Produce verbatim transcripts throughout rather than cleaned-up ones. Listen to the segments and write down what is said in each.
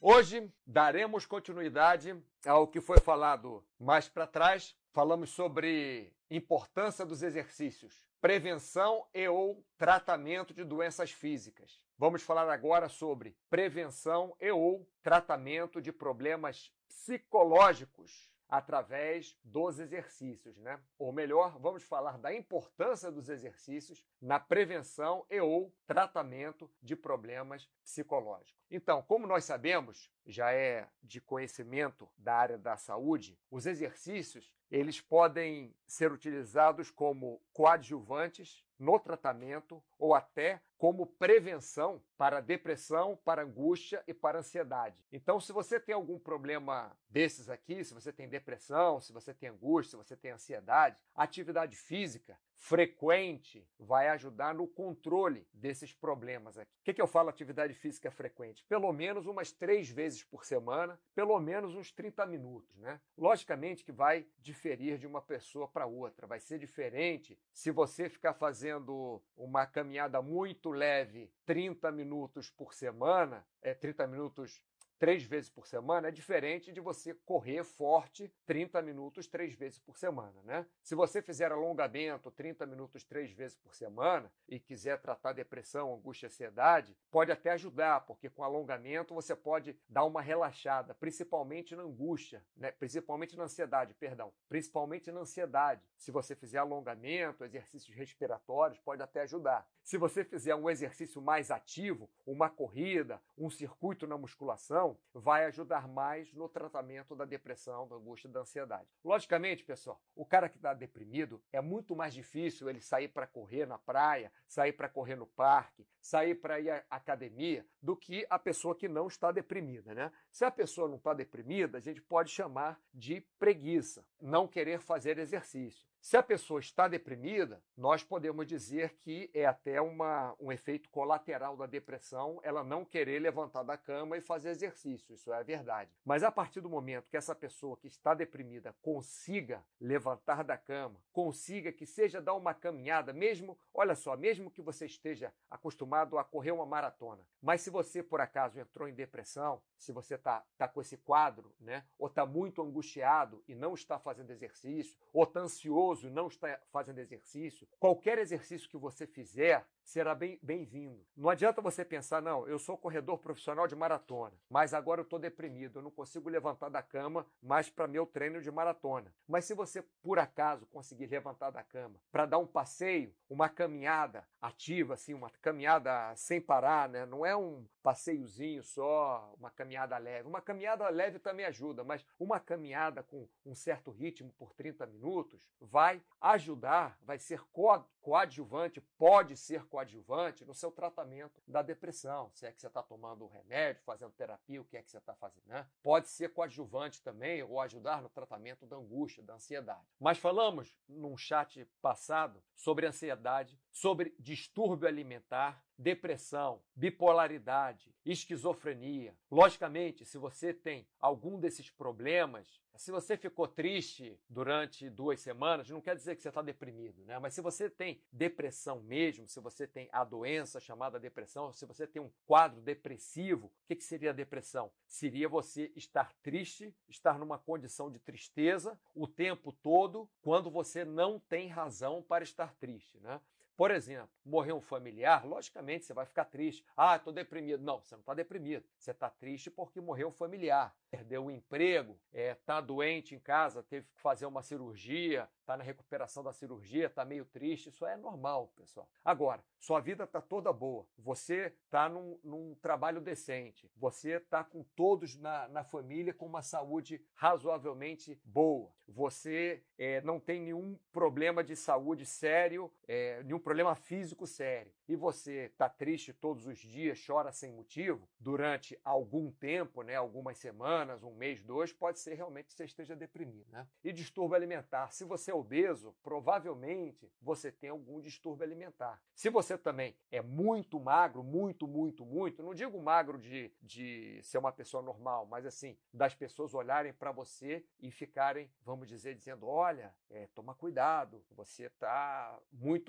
Hoje daremos continuidade ao que foi falado mais para trás. Falamos sobre importância dos exercícios, prevenção e ou tratamento de doenças físicas. Vamos falar agora sobre prevenção e ou tratamento de problemas psicológicos através dos exercícios, né? Ou melhor, vamos falar da importância dos exercícios na prevenção e ou tratamento de problemas psicológicos. Então, como nós sabemos, já é de conhecimento da área da saúde, os exercícios, eles podem ser utilizados como coadjuvantes no tratamento ou até como prevenção para depressão, para angústia e para ansiedade. Então, se você tem algum problema desses aqui, se você tem depressão, se você tem angústia, se você tem ansiedade, a atividade física frequente vai ajudar no controle desses problemas aqui. O que, que eu falo atividade física frequente? Pelo menos umas três vezes por semana, pelo menos uns trinta minutos, né? Logicamente que vai diferir de uma pessoa para outra, vai ser diferente se você ficar fazendo uma caminhada muito leve trinta minutos por semana, é, trinta minutos três vezes por semana, é diferente de você correr forte trinta minutos três vezes por semana, né? Se você fizer alongamento trinta minutos três vezes por semana e quiser tratar depressão, angústia e ansiedade, pode até ajudar, porque com alongamento você pode dar uma relaxada, principalmente na angústia, né? Principalmente na ansiedade, perdão, principalmente na ansiedade. Se você fizer alongamento, exercícios respiratórios, pode até ajudar. Se você fizer um exercício mais ativo, uma corrida, um circuito na musculação, vai ajudar mais no tratamento da depressão, da angústia e da ansiedade. Logicamente, pessoal, o cara que está deprimido, é muito mais difícil ele sair para correr na praia, sair para correr no parque, sair para ir à academia, do que a pessoa que não está deprimida, né? Se a pessoa não está deprimida, a gente pode chamar de preguiça, não querer fazer exercício. Se a pessoa está deprimida, nós podemos dizer que é até uma, um efeito colateral da depressão ela não querer levantar da cama e fazer exercício, isso é verdade. Mas a partir do momento que essa pessoa que está deprimida consiga levantar da cama, consiga que seja dar uma caminhada, mesmo, olha só, mesmo que você esteja acostumado a correr uma maratona, mas se você por acaso entrou em depressão, se você está tá com esse quadro, né, ou está muito angustiado e não está fazendo exercício, ou está ansioso e não está fazendo exercício, qualquer exercício que você fizer será bem, bem-vindo. Não adianta você pensar, não, eu sou corredor profissional de maratona, mas agora eu estou deprimido, eu não consigo levantar da cama mais para meu treino de maratona. Mas se você, por acaso, conseguir levantar da cama para dar um passeio, uma caminhada ativa, assim, uma caminhada sem parar, né? Não é um passeiozinho só, uma caminhada leve. Uma caminhada leve também ajuda, mas uma caminhada com um certo ritmo por trinta minutos vai ajudar, vai ser co coadjuvante, pode ser coadjuvante no seu tratamento da depressão. Se é que você está tomando remédio, fazendo terapia, o que é que você está fazendo, né? Pode ser coadjuvante também ou ajudar no tratamento da angústia, da ansiedade. Mas falamos num chat passado sobre ansiedade, sobre distúrbio alimentar, depressão, bipolaridade, esquizofrenia. Logicamente, se você tem algum desses problemas, se você ficou triste durante duas semanas, não quer dizer que você está deprimido, né? Mas se você tem depressão mesmo, se você tem a doença chamada depressão, se você tem um quadro depressivo, o que, que seria a depressão? Seria você estar triste, estar numa condição de tristeza o tempo todo, quando você não tem razão para estar triste, né? Por exemplo, morreu um familiar, logicamente você vai ficar triste. Ah, estou deprimido. Não, você não está deprimido. Você está triste porque morreu um familiar. Perdeu o emprego, está doente em casa, teve que fazer uma cirurgia, está na recuperação da cirurgia, está meio triste. Isso é normal, pessoal. Agora, sua vida está toda boa. Você está num, num trabalho decente. Você está com todos na, na família com uma saúde razoavelmente boa. Você é, não tem nenhum problema de saúde sério, é, nenhum problema físico sério. E você está triste todos os dias, chora sem motivo, durante algum tempo, né, algumas semanas, um mês, dois, pode ser realmente que você esteja deprimido, né? E distúrbio alimentar. Se você é obeso, provavelmente você tem algum distúrbio alimentar. Se você também é muito magro, muito, muito, muito, não digo magro de, de ser uma pessoa normal, mas assim, das pessoas olharem para você e ficarem, vamos dizer, dizendo, olha, é, toma cuidado, você está muito magro.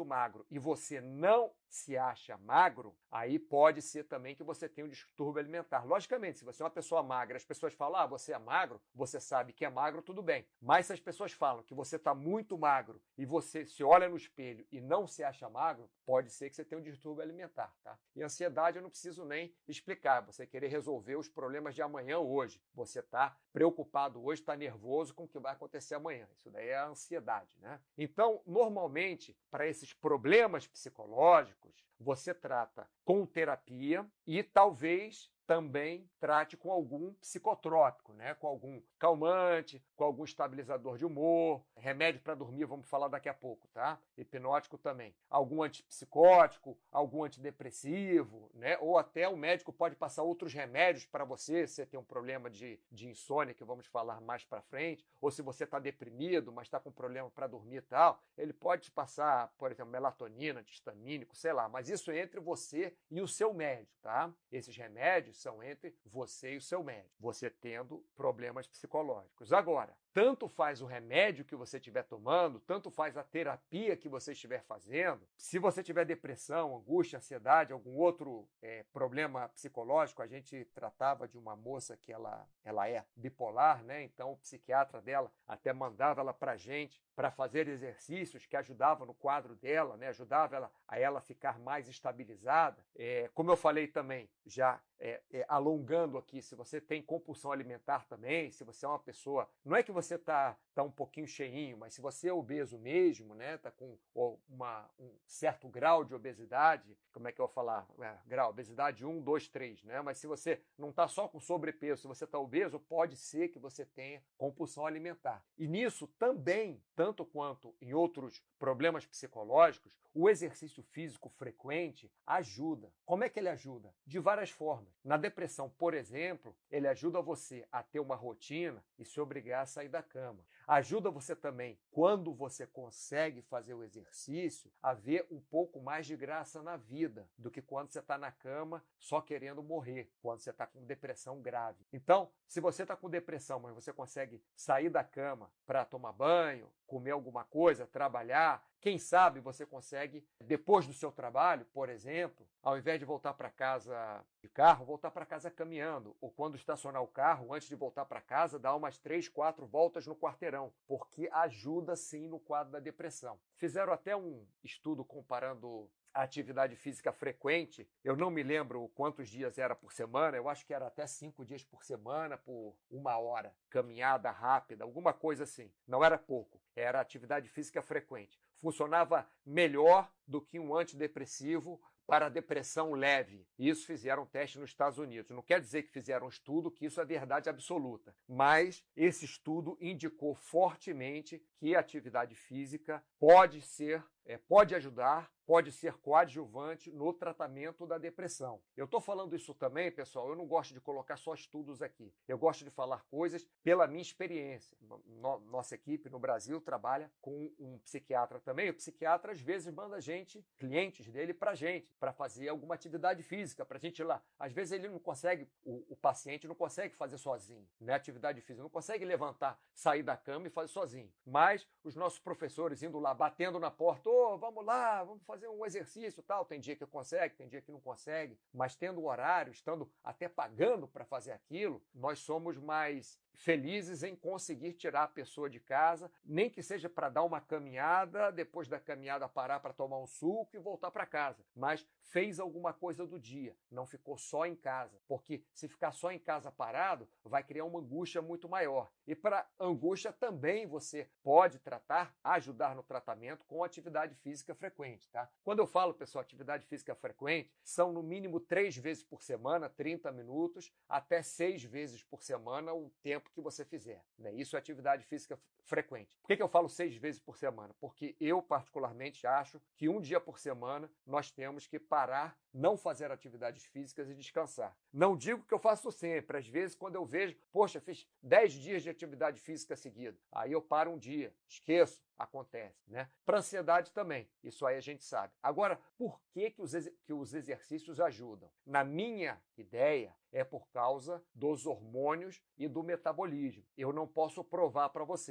magro e você não se acha magro, aí pode ser também que você tenha um distúrbio alimentar. Logicamente, se você é uma pessoa magra, as pessoas falam, ah, você é magro, você sabe que é magro, tudo bem. Mas se as pessoas falam que você está muito magro e você se olha no espelho e não se acha magro, pode ser que você tenha um distúrbio alimentar, tá? E ansiedade eu não preciso nem explicar, você querer resolver os problemas de amanhã hoje. Você está preocupado hoje, está nervoso com o que vai acontecer amanhã. Isso daí é a ansiedade, né? Então, normalmente, para esses problemas psicológicos, você trata com terapia e talvez também trate com algum psicotrópico, né? Com algum calmante, com algum estabilizador de humor, remédio para dormir, vamos falar daqui a pouco, tá? Hipnótico também. Algum antipsicótico, algum antidepressivo, né? Ou até o médico pode passar outros remédios para você, se você tem um problema de, de insônia, que vamos falar mais para frente, ou se você está deprimido, mas está com problema para dormir e tal, ele pode te passar, por exemplo, melatonina, antihistamínico, sei lá, mas isso é entre você e o seu médico, tá? Esses remédios são entre você e o seu médico, você tendo problemas psicológicos. Agora, tanto faz o remédio que você estiver tomando, tanto faz a terapia que você estiver fazendo, se você tiver depressão, angústia, ansiedade, algum outro é, problema psicológico, a gente tratava de uma moça que ela, ela é bipolar, né? Então o psiquiatra dela até mandava ela para a gente para fazer exercícios que ajudavam no quadro dela, né? Ajudava ela, a ela ficar mais estabilizada. É, como eu falei também, já é, é, alongando aqui, se você tem compulsão alimentar também, se você é uma pessoa, não é que você está tá um pouquinho cheinho, mas se você é obeso mesmo, né? Tá com uma, um certo grau de obesidade, como é que eu vou falar? É, grau, obesidade um, dois, três, né? Mas se você não está só com sobrepeso, se você está obeso, pode ser que você tenha compulsão alimentar. E nisso também, tanto quanto em outros problemas psicológicos, o exercício físico frequente ajuda. Como é que ele ajuda? De várias formas. Na depressão, por exemplo, ele ajuda você a ter uma rotina e se obrigar a sair da cama. Ajuda você também, quando você consegue fazer o exercício, a ver um pouco mais de graça na vida do que quando você está na cama só querendo morrer, quando você está com depressão grave. Então, se você está com depressão, mas você consegue sair da cama para tomar banho, comer alguma coisa, trabalhar, quem sabe você consegue, depois do seu trabalho, por exemplo, ao invés de voltar para casa de carro, voltar para casa caminhando. Ou quando estacionar o carro, antes de voltar para casa, dar umas três, quatro voltas no quarteirão, porque ajuda sim no quadro da depressão. Fizeram até um estudo comparando a atividade física frequente, eu não me lembro quantos dias era por semana, eu acho que era até cinco dias por semana, por uma hora, caminhada rápida, alguma coisa assim. Não era pouco, era atividade física frequente. Funcionava melhor do que um antidepressivo para depressão leve. Isso fizeram teste nos Estados Unidos. Não quer dizer que fizeram um estudo que isso é verdade absoluta, mas esse estudo indicou fortemente que a atividade física pode ser, é, pode ajudar, pode ser coadjuvante no tratamento da depressão. Eu estou falando isso também, pessoal, eu não gosto de colocar só estudos aqui. Eu gosto de falar coisas pela minha experiência. Nossa equipe no Brasil trabalha com um psiquiatra também. O psiquiatra, às vezes, manda gente, clientes dele, para a gente, para fazer alguma atividade física, para a gente ir lá. Às vezes ele não consegue, o, o paciente não consegue fazer sozinho, né? Atividade física, não consegue levantar, sair da cama e fazer sozinho. Mas os nossos professores indo lá, batendo na porta, ô, oh, vamos lá, vamos fazer fazer um exercício e tal, tem dia que consegue, tem dia que não consegue, mas tendo o horário, estando até pagando para fazer aquilo, nós somos mais felizes em conseguir tirar a pessoa de casa, nem que seja para dar uma caminhada, depois da caminhada parar para tomar um suco e voltar para casa, mas fez alguma coisa do dia, não ficou só em casa, porque se ficar só em casa parado, vai criar uma angústia muito maior. E para angústia também você pode tratar, ajudar no tratamento com atividade física frequente, tá? Quando eu falo, pessoal, atividade física frequente, são no mínimo três vezes por semana, trinta minutos, até seis vezes por semana o tempo que você fizer, né? Isso é atividade física frequente. Por que que eu falo seis vezes por semana? Porque eu, particularmente, acho que um dia por semana nós temos que parar, não fazer atividades físicas e descansar. Não digo que eu faço sempre. Às vezes, quando eu vejo, poxa, fiz dez dias de atividade física seguida, aí eu paro um dia, esqueço, acontece, né? Para ansiedade também, isso aí a gente sabe. Agora, por que que os, que os exercícios ajudam? Na minha ideia, é por causa dos hormônios e do metabolismo. Eu não posso provar para vocês,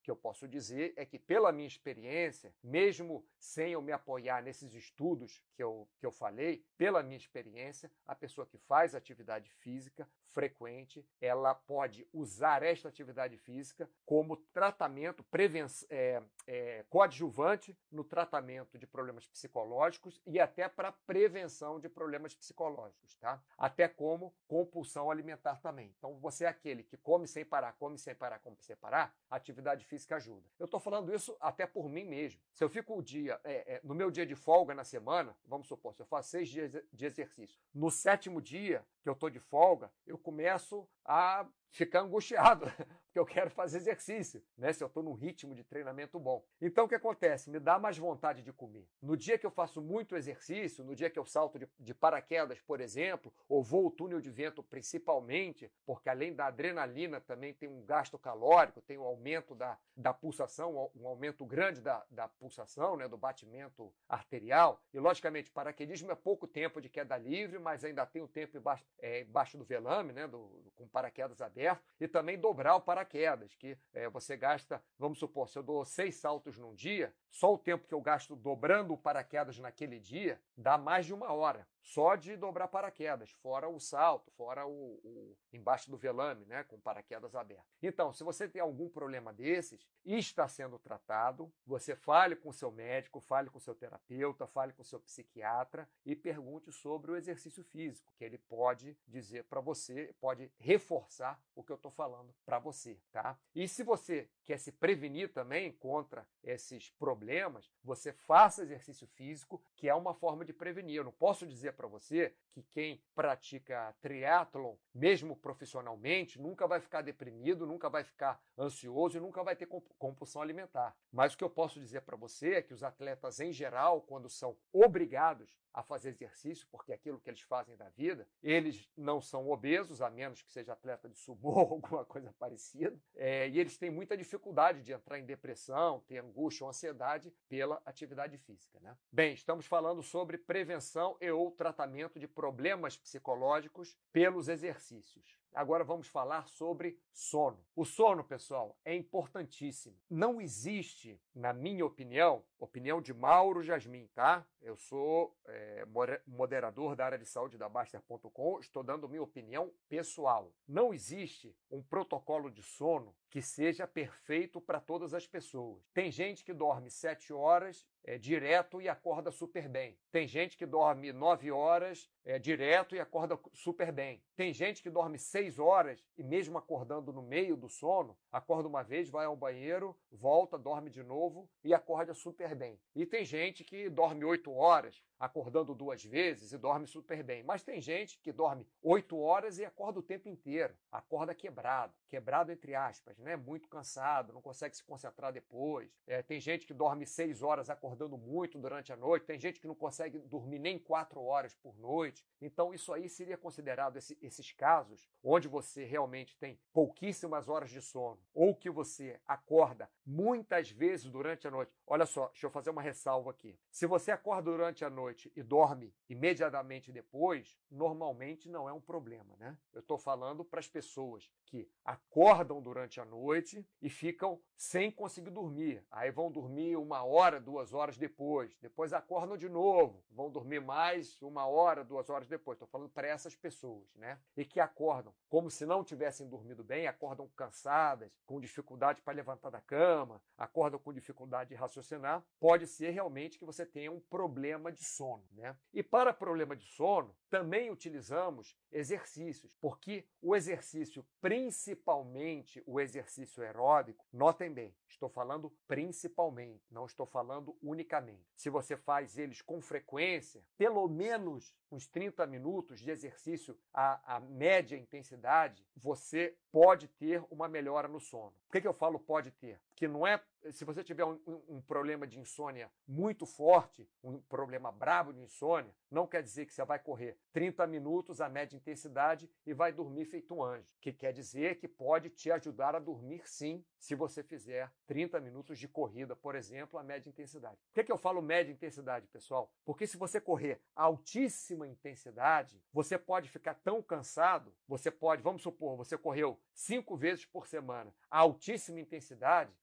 que eu posso dizer é que, pela minha experiência, mesmo sem eu me apoiar nesses estudos que eu, que eu falei, pela minha experiência, a pessoa que faz atividade física frequente, ela pode usar esta atividade física como tratamento, prevenção, é, é, coadjuvante no tratamento de problemas psicológicos e até para prevenção de problemas psicológicos, tá? Até como compulsão alimentar também. Então, você é aquele que come sem parar, come sem parar, come sem parar, a atividade física ajuda. Eu estou falando isso até por mim mesmo. Se eu fico o dia, é, é, no meu dia de folga na semana, vamos supor, se eu faço seis dias de exercício, no sétimo dia que eu estou de folga, eu começo a ficar angustiado, porque eu quero fazer exercício, né? Se eu estou num ritmo de treinamento bom. Então, o que acontece? Me dá mais vontade de comer. No dia que eu faço muito exercício, no dia que eu salto de, de paraquedas, por exemplo, ou vou ao túnel de vento principalmente, porque além da adrenalina também tem um gasto calórico, tem um aumento da, da pulsação, um aumento grande da, da pulsação, né? Do batimento arterial. E, logicamente, paraquedismo é pouco tempo de queda livre, mas ainda tem o tempo embaixo, é, embaixo do velame, né? Do, com paraquedas abertos, e também dobrar o paraquedas, que é, você gasta, vamos supor, se eu dou seis saltos num dia, só o tempo que eu gasto dobrando o paraquedas naquele dia dá mais de uma hora, só de dobrar paraquedas, fora o salto, fora o, o embaixo do velame, né, com paraquedas aberto. Então, se você tem algum problema desses e está sendo tratado, você fale com o seu médico, fale com o seu terapeuta, fale com o seu psiquiatra e pergunte sobre o exercício físico, que ele pode dizer para você, pode reforçar o que eu estou falando para você, tá? E se você quer se prevenir também contra esses problemas, você faça exercício físico, que é uma forma de prevenir. Eu não posso dizer para você que quem pratica triatlon, mesmo profissionalmente, nunca vai ficar deprimido, nunca vai ficar ansioso e nunca vai ter compulsão alimentar. Mas o que eu posso dizer para você é que os atletas em geral, quando são obrigados a fazer exercício, porque é aquilo que eles fazem da vida, eles não são obesos, a menos que seja atleta de sumô ou alguma coisa parecida, é, e eles têm muita dificuldade de entrar em depressão, ter angústia ou ansiedade pela atividade física, né? Bem, estamos falando sobre prevenção e ou tratamento de problemas psicológicos pelos exercícios. Agora vamos falar sobre sono. O sono, pessoal, é importantíssimo. Não existe, na minha opinião, opinião de Mauro Jasmin, tá? Eu sou é, moderador da área de saúde da Baster ponto com, estou dando minha opinião pessoal. Não existe um protocolo de sono que seja perfeito para todas as pessoas. Tem gente que dorme sete horas é, direto e acorda super bem. Tem gente que dorme nove horas é, direto e acorda super bem. Tem gente que dorme seis horas e mesmo acordando no meio do sono, acorda uma vez, vai ao banheiro, volta, dorme de novo e acorda super bem. E tem gente que dorme oito horas, acordando duas vezes e dorme super bem. Mas tem gente que dorme oito horas e acorda o tempo inteiro. Acorda quebrado. Quebrado entre aspas, né? Muito cansado, não consegue se concentrar depois. É, tem gente que dorme seis horas acordando muito durante a noite. Tem gente que não consegue dormir nem quatro horas por noite. Então isso aí seria considerado esse, esses casos onde você realmente tem pouquíssimas horas de sono ou que você acorda muitas vezes durante a noite. Olha só, deixa eu fazer uma ressalva aqui. Se você acorda durante a noite e dorme imediatamente depois, normalmente não é um problema, né? Eu estou falando para as pessoas que acordam durante a noite e ficam sem conseguir dormir. Aí vão dormir uma hora, duas horas depois. Depois acordam de novo. Vão dormir mais uma hora, duas horas depois. Estou falando para essas pessoas, né? E que acordam como se não tivessem dormido bem, acordam cansadas, com dificuldade para levantar da cama, acordam com dificuldade de raciocinar. Pode ser realmente que você tenha um problema de sono, né? E para problema de sono, também utilizamos exercícios, porque o exercício, principalmente o exercício aeróbico, notem bem, estou falando principalmente, não estou falando unicamente. Se você faz eles com frequência, pelo menos uns trinta minutos de exercício a, a média intensidade, você pode ter uma melhora no sono. Por que, que eu falo pode ter? Porque não é, se você tiver um, um, um problema de insônia muito forte, um problema brabo de insônia, não quer dizer que você vai correr trinta minutos a média intensidade e vai dormir feito um anjo. Que quer dizer que pode te ajudar a dormir sim, se você fizer trinta minutos de corrida, por exemplo, a média intensidade. Por que, que eu falo média intensidade, pessoal? Porque se você correr a altíssima intensidade, você pode ficar tão cansado, você pode, vamos supor, você correu cinco vezes por semana a altíssima intensidade,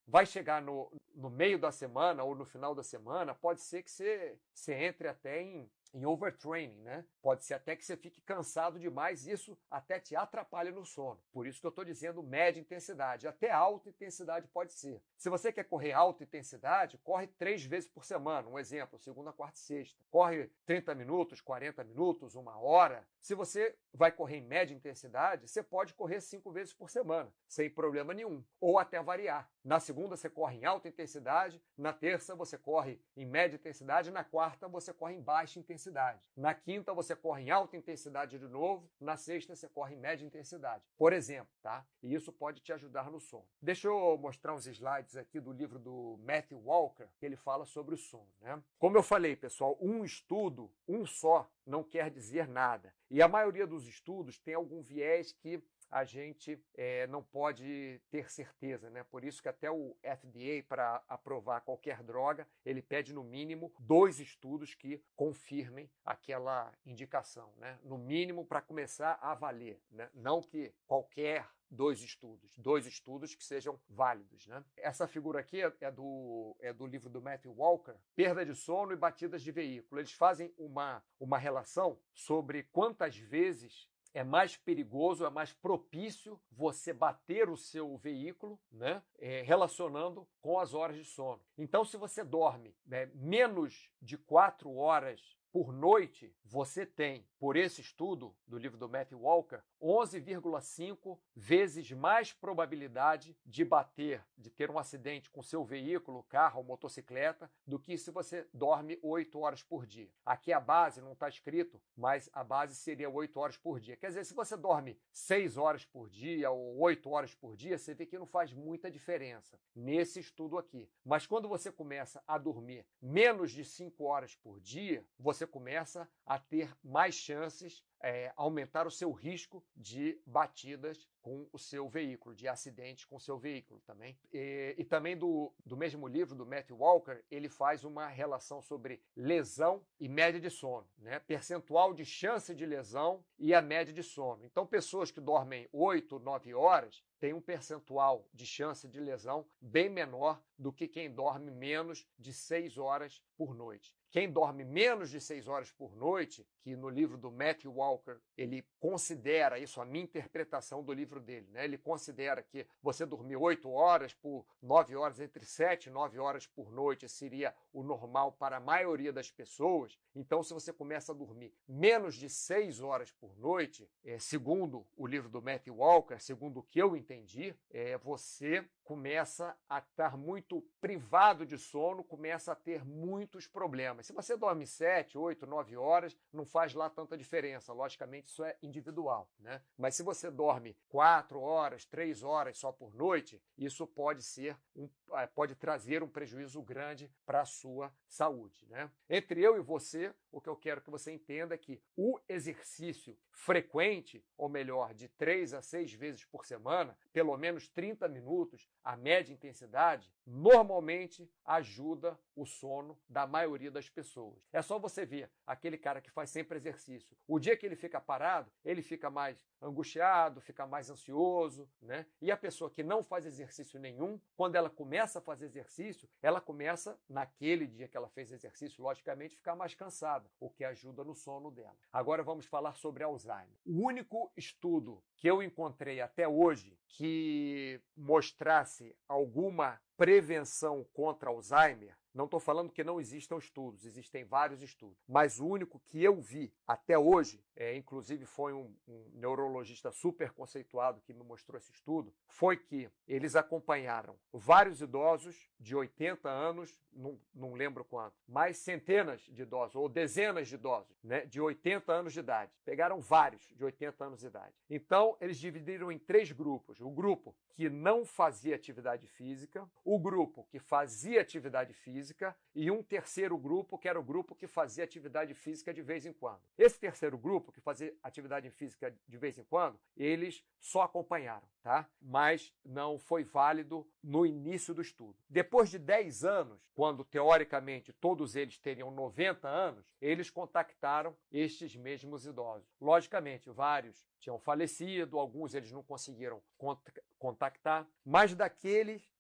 vai chegar no, no meio da semana ou no final da semana, pode ser que você, você entre até em, em overtraining, né? Pode ser até que você fique cansado demais, isso até te atrapalha no sono. Por isso que eu estou dizendo média intensidade, até alta intensidade pode ser. Se você quer correr alta intensidade, corre três vezes por semana, um exemplo, segunda, quarta e sexta. Corre trinta minutos, quarenta minutos, uma hora. Se você vai correr em média intensidade, você pode correr cinco vezes por semana, sem problema nenhum, ou até variar. Na segunda você corre em alta intensidade, na terça você corre em média intensidade, na quarta você corre em baixa intensidade. Na quinta você corre em alta intensidade de novo, na sexta você corre em média intensidade. Por exemplo, tá? E isso pode te ajudar no sono. Deixa eu mostrar uns slides aqui do livro do Matthew Walker, que ele fala sobre o sono, né? Como eu falei, pessoal, um estudo, um só, não quer dizer nada. E a maioria dos estudos tem algum viés que a gente é, não pode ter certeza, né? Por isso que até o F D A, para aprovar qualquer droga, ele pede no mínimo dois estudos que confirmem aquela indicação, né? No mínimo para começar a valer, né? Não que qualquer dois estudos, dois estudos que sejam válidos, né? Essa figura aqui é do, é do livro do Matthew Walker, Perda de Sono e Batidas de Veículo. Eles fazem uma, uma relação sobre quantas vezes é mais perigoso, é mais propício você bater o seu veículo, né, é, relacionando com as horas de sono. Então, se você dorme né, menos de quatro horas por noite, você tem, por esse estudo do livro do Matthew Walker, onze vírgula cinco vezes mais probabilidade de bater, de ter um acidente com seu veículo, carro ou motocicleta, do que se você dorme oito horas por dia. Aqui a base não está escrito, mas a base seria oito horas por dia. Quer dizer, se você dorme seis horas por dia ou oito horas por dia, você vê que não faz muita diferença nesse estudo aqui. Mas quando você começa a dormir menos de cinco horas por dia, você começa a ter mais chances, é, aumentar o seu risco de batidas com o seu veículo, de acidentes com o seu veículo também. E, e também do, do mesmo livro, do Matthew Walker, ele faz uma relação sobre lesão e média de sono, né? Percentual de chance de lesão e a média de sono. Então, pessoas que dormem oito, nove horas têm um percentual de chance de lesão bem menor do que quem dorme menos de seis horas por noite. Quem dorme menos de seis horas por noite, que no livro do Matthew Walker, ele considera isso, a minha interpretação do livro dele, né? Ele considera que você dormir oito horas por nove horas, entre sete e nove horas por noite seria o normal para a maioria das pessoas. Então, se você começa a dormir menos de seis horas por noite, é, segundo o livro do Matthew Walker, segundo o que eu entendi, é, você começa a estar muito privado de sono, começa a ter muitos problemas. Se você dorme sete, oito, nove horas, não faz lá tanta diferença. Logicamente, isso é individual, né? Mas se você dorme quatro horas, três horas só por noite, isso pode ser um, pode trazer um prejuízo grande para a sua saúde, né? Entre eu e você, o que eu quero que você entenda é que o exercício frequente, ou melhor, de três a seis vezes por semana, pelo menos trinta minutos, a média intensidade, normalmente ajuda o sono da maioria das pessoas. É só você ver aquele cara que faz sempre exercício. O dia que ele fica parado, ele fica mais angustiado, fica mais ansioso, né? E a pessoa que não faz exercício nenhum, quando ela começa a fazer exercício, ela começa, naquele dia que ela fez exercício, logicamente, ficar mais cansada, o que ajuda no sono dela. Agora vamos falar sobre Alzheimer. O único estudo que eu encontrei até hoje que mostrasse alguma prevenção contra Alzheimer, não estou falando que não existam estudos, existem vários estudos, mas o único que eu vi até hoje, é, inclusive foi um, um neurologista super conceituado que me mostrou esse estudo, foi que eles acompanharam vários idosos de oitenta anos, não, não lembro quanto, mas centenas de idosos, ou dezenas de idosos, né, de oitenta anos de idade. Pegaram vários de oitenta anos de idade. Então, eles dividiram em três grupos. O grupo que não fazia atividade física, o grupo que fazia atividade física e um terceiro grupo, que era o grupo que fazia atividade física de vez em quando. Esse terceiro grupo, que fazia atividade física de vez em quando, eles só acompanharam, tá? Mas não foi válido no início do estudo. Depois de dez anos, quando teoricamente todos eles teriam noventa anos, eles contactaram estes mesmos idosos. Logicamente, vários tinham falecido, alguns eles não conseguiram contactar, mas daqueles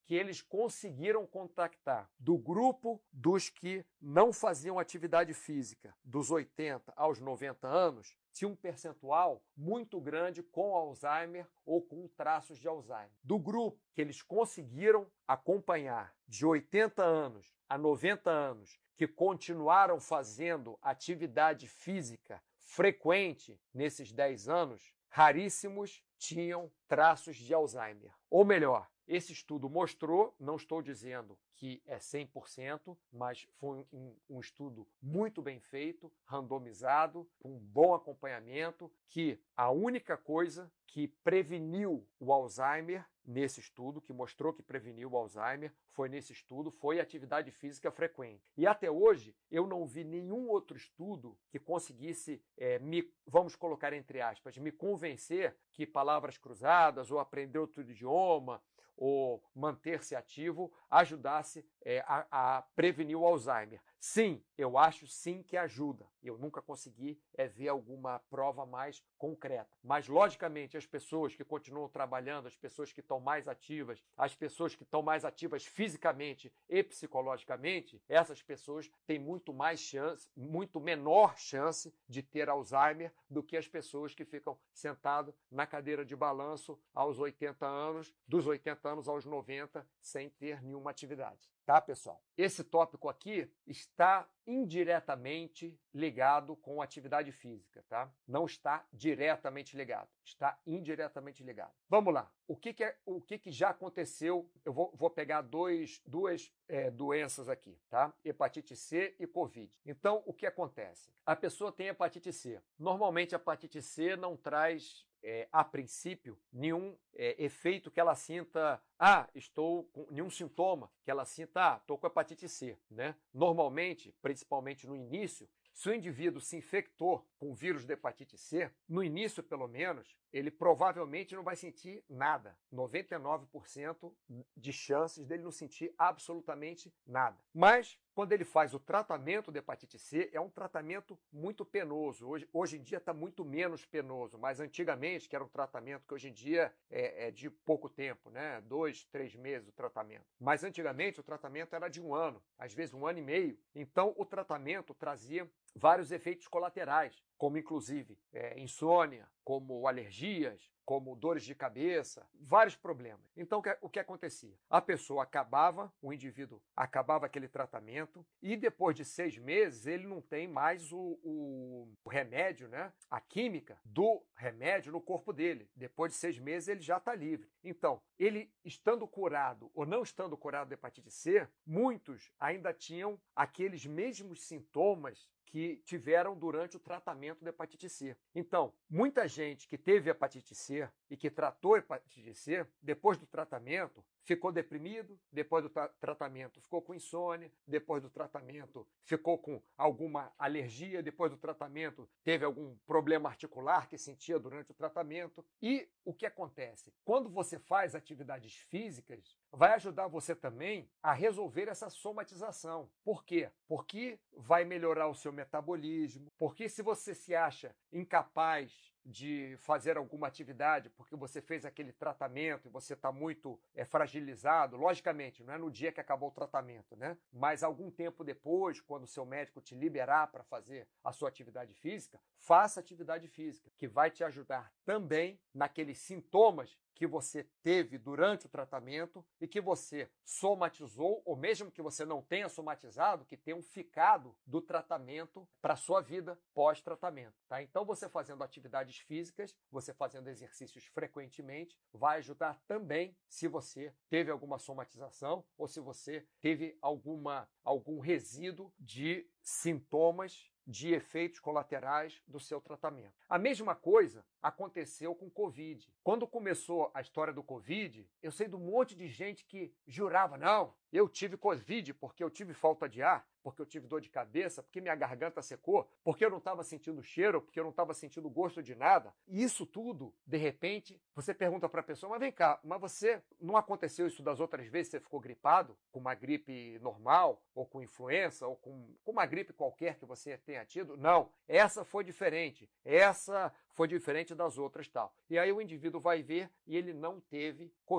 que eles conseguiram contactar do grupo dos que não faziam atividade física dos oitenta aos noventa anos, tinha um percentual muito grande com Alzheimer ou com traços de Alzheimer. Do grupo que eles conseguiram acompanhar de oitenta anos a noventa anos, que continuaram fazendo atividade física frequente nesses dez anos, raríssimos tinham traços de Alzheimer. Ou melhor, esse estudo mostrou, não estou dizendo que é cem por cento, mas foi um, um estudo muito bem feito, randomizado, com um bom acompanhamento, que a única coisa que preveniu o Alzheimer nesse estudo, que mostrou que preveniu o Alzheimer, foi nesse estudo, foi atividade física frequente. E até hoje eu não vi nenhum outro estudo que conseguisse, é, me, vamos colocar entre aspas, me convencer que palavras cruzadas ou aprender outro idioma ou manter-se ativo ajudasse é, a, a prevenir o Alzheimer. Sim, eu acho sim que ajuda. Eu nunca consegui é, ver alguma prova mais concreta. Mas, logicamente, as pessoas que continuam trabalhando, as pessoas que estão mais ativas, as pessoas que estão mais ativas fisicamente e psicologicamente, essas pessoas têm muito mais chance, muito menor chance de ter Alzheimer do que as pessoas que ficam sentadas na cadeira de balanço aos oitenta anos, dos oitenta anos aos noventa, sem ter nenhuma atividade. Tá, pessoal? Esse tópico aqui está indiretamente ligado com atividade física, tá? Não está diretamente ligado, está indiretamente ligado. Vamos lá. O que, que, é, o que, que já aconteceu? Eu vou, vou pegar dois, duas é, doenças aqui, tá? Hepatite C e Covid. Então, o que acontece? A pessoa tem hepatite C. Normalmente, a hepatite C não traz É, a princípio, nenhum é, efeito que ela sinta, ah, estou com nenhum sintoma, que ela sinta, ah, estou com hepatite C, né? Normalmente, principalmente no início, se o indivíduo se infectou com o vírus da hepatite C, no início, pelo menos, ele provavelmente não vai sentir nada. noventa e nove por cento de chances dele não sentir absolutamente nada. Mas, quando ele faz o tratamento da hepatite C, é um tratamento muito penoso. Hoje, hoje em dia está muito menos penoso, mas antigamente, que era um tratamento que hoje em dia é, é de pouco tempo, né? Dois, três meses o tratamento. Mas antigamente o tratamento era de um ano, às vezes um ano e meio. Então, o tratamento trazia vários efeitos colaterais, como inclusive é, insônia, como alergias, como dores de cabeça, vários problemas. Então, o que acontecia? A pessoa acabava, o indivíduo acabava aquele tratamento e depois de seis meses ele não tem mais o, o, o remédio, né? A química do remédio no corpo dele. Depois de seis meses ele já está livre. Então, ele estando curado ou não estando curado da hepatite C, muitos ainda tinham aqueles mesmos sintomas que tiveram durante o tratamento da hepatite C. Então, muita gente que teve hepatite C e que tratou hepatite C, depois do tratamento, ficou deprimido, depois do tra- tratamento ficou com insônia, depois do tratamento ficou com alguma alergia, depois do tratamento teve algum problema articular que sentia durante o tratamento. E o que acontece? Quando você faz atividades físicas, vai ajudar você também a resolver essa somatização. Por quê? Porque vai melhorar o seu metabolismo, porque se você se acha incapaz de fazer alguma atividade porque você fez aquele tratamento e você está muito é, fragilizado, logicamente, não é no dia que acabou o tratamento, né? Mas algum tempo depois, quando o seu médico te liberar para fazer a sua atividade física, faça atividade física, que vai te ajudar também naqueles sintomas que você teve durante o tratamento e que você somatizou, ou mesmo que você não tenha somatizado, que tenham ficado do tratamento para a sua vida pós-tratamento, tá? Então, você fazendo atividades físicas, você fazendo exercícios frequentemente, vai ajudar também se você teve alguma somatização ou se você teve alguma, algum resíduo de sintomas de efeitos colaterais do seu tratamento. A mesma coisa aconteceu com o Covid. Quando começou a história do Covid, eu sei de um monte de gente que jurava, não, eu tive Covid porque eu tive falta de ar, porque eu tive dor de cabeça, porque minha garganta secou, porque eu não estava sentindo cheiro, porque eu não estava sentindo gosto de nada. E isso tudo, de repente, você pergunta para a pessoa, mas vem cá, mas você não aconteceu isso das outras vezes, você ficou gripado, com uma gripe normal, ou com influenza, ou com, com uma gripe qualquer que você tenha tido? Não, essa foi diferente, essa foi diferente das outras tal. E aí o indivíduo vai ver e ele não teve Covid.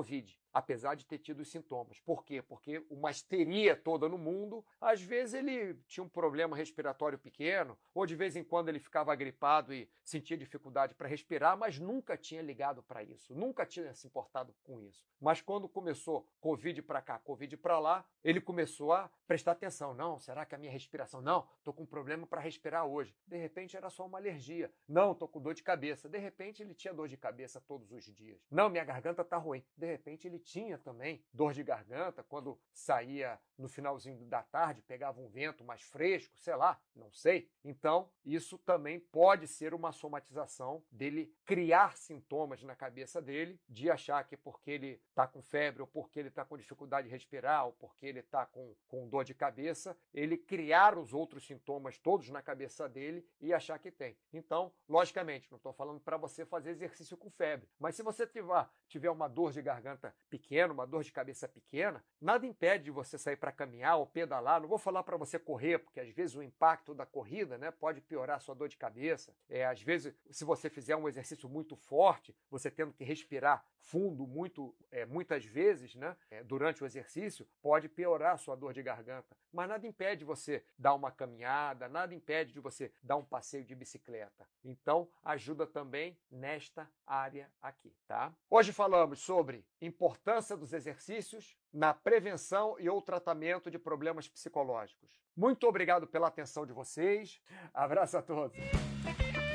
apesar de ter tido os sintomas. Por quê? Porque uma histeria toda no mundo, às vezes ele tinha um problema respiratório pequeno, ou de vez em quando ele ficava gripado e sentia dificuldade para respirar, mas nunca tinha ligado para isso, nunca tinha se importado com isso. Mas quando começou Covid para cá, Covid para lá, ele começou a prestar atenção. Não, será que a minha respiração? Não, estou com um problema para respirar hoje. De repente era só uma alergia. Não, estou com dor de cabeça. De repente ele tinha dor de cabeça todos os dias. Não, minha garganta está ruim. De repente ele tinha também dor de garganta quando saía no finalzinho da tarde, pegava um vento mais fresco, sei lá, não sei. Então, isso também pode ser uma somatização dele criar sintomas na cabeça dele, de achar que porque ele está com febre, ou porque ele está com dificuldade de respirar, ou porque ele está com, com dor de cabeça, ele criar os outros sintomas todos na cabeça dele e achar que tem. Então, logicamente, não estou falando para você fazer exercício com febre, mas se você tiver, tiver uma dor de garganta pequena, uma dor de cabeça pequena, nada impede de você sair para caminhar ou pedalar. Não vou falar para você correr, porque às vezes o impacto da corrida, né, pode piorar a sua dor de cabeça. É, às vezes, se você fizer um exercício muito forte, você tendo que respirar fundo muito, é, muitas vezes, né, é, durante o exercício, pode piorar a sua dor de garganta. Mas nada impede de você dar uma caminhada, nada impede de você dar um passeio de bicicleta. Então, ajuda também nesta área aqui, tá? Hoje falamos sobre importância dos exercícios na prevenção e ou tratamento de problemas psicológicos. Muito obrigado pela atenção de vocês. Abraço a todos.